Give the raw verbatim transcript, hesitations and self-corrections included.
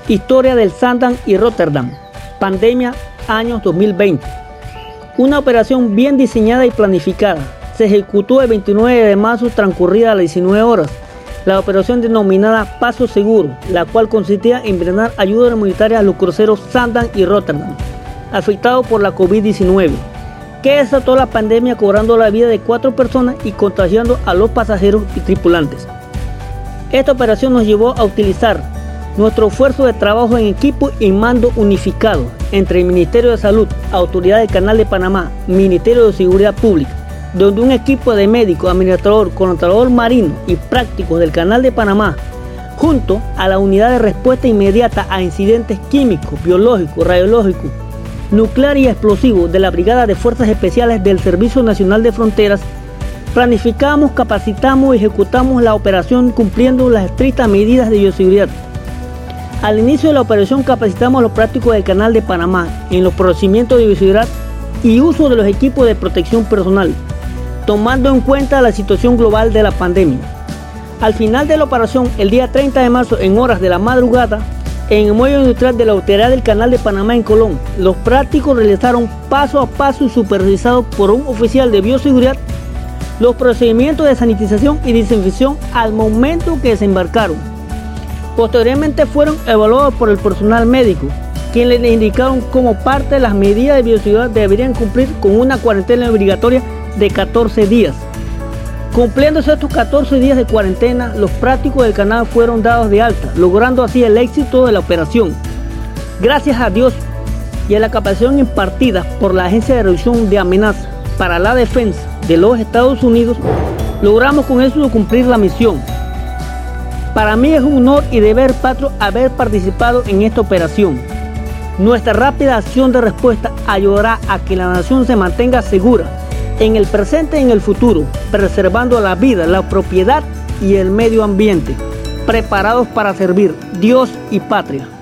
Historia del Zaandam y Rotterdam. Pandemia, años dos mil veinte. Una operación bien diseñada y planificada. Se ejecutó el veintinueve de marzo, transcurrida a las diecinueve horas. La operación denominada Paso Seguro, la cual consistía en brindar ayuda humanitaria a los cruceros Zaandam y Rotterdam, afectados por la COVID diecinueve, que desató la pandemia, cobrando la vida de cuatro personas y contagiando a los pasajeros y tripulantes. Esta operación nos llevó a utilizar nuestro esfuerzo de trabajo en equipo y mando unificado entre el Ministerio de Salud, Autoridad del Canal de Panamá, Ministerio de Seguridad Pública, donde un equipo de médicos, administrador, controlador marino y prácticos del Canal de Panamá, junto a la unidad de respuesta inmediata a incidentes químicos, biológicos, radiológicos, nuclear y explosivos de la Brigada de Fuerzas Especiales del Servicio Nacional de Fronteras, planificamos, capacitamos y ejecutamos la operación cumpliendo las estrictas medidas de bioseguridad. Al inicio de la operación capacitamos a los prácticos del Canal de Panamá en los procedimientos de bioseguridad y uso de los equipos de protección personal, tomando en cuenta la situación global de la pandemia. Al final de la operación, el día treinta de marzo, en horas de la madrugada, en el muelle industrial de la Autoridad del Canal de Panamá en Colón, los prácticos realizaron paso a paso y supervisados por un oficial de bioseguridad los procedimientos de sanitización y desinfección al momento que desembarcaron. Posteriormente fueron evaluados por el personal médico, quienes les indicaron como parte de las medidas de bioseguridad deberían cumplir con una cuarentena obligatoria de catorce días. Cumpliéndose estos catorce días de cuarentena, los prácticos del canal fueron dados de alta, logrando así el éxito de la operación. Gracias a Dios y a la capacitación impartida por la Agencia de Reducción de Amenazas para la Defensa de los Estados Unidos, logramos con eso cumplir la misión. Para mí es un honor y deber patrio haber participado en esta operación. Nuestra rápida acción de respuesta ayudará a que la nación se mantenga segura en el presente y en el futuro, preservando la vida, la propiedad y el medio ambiente, preparados para servir Dios y patria.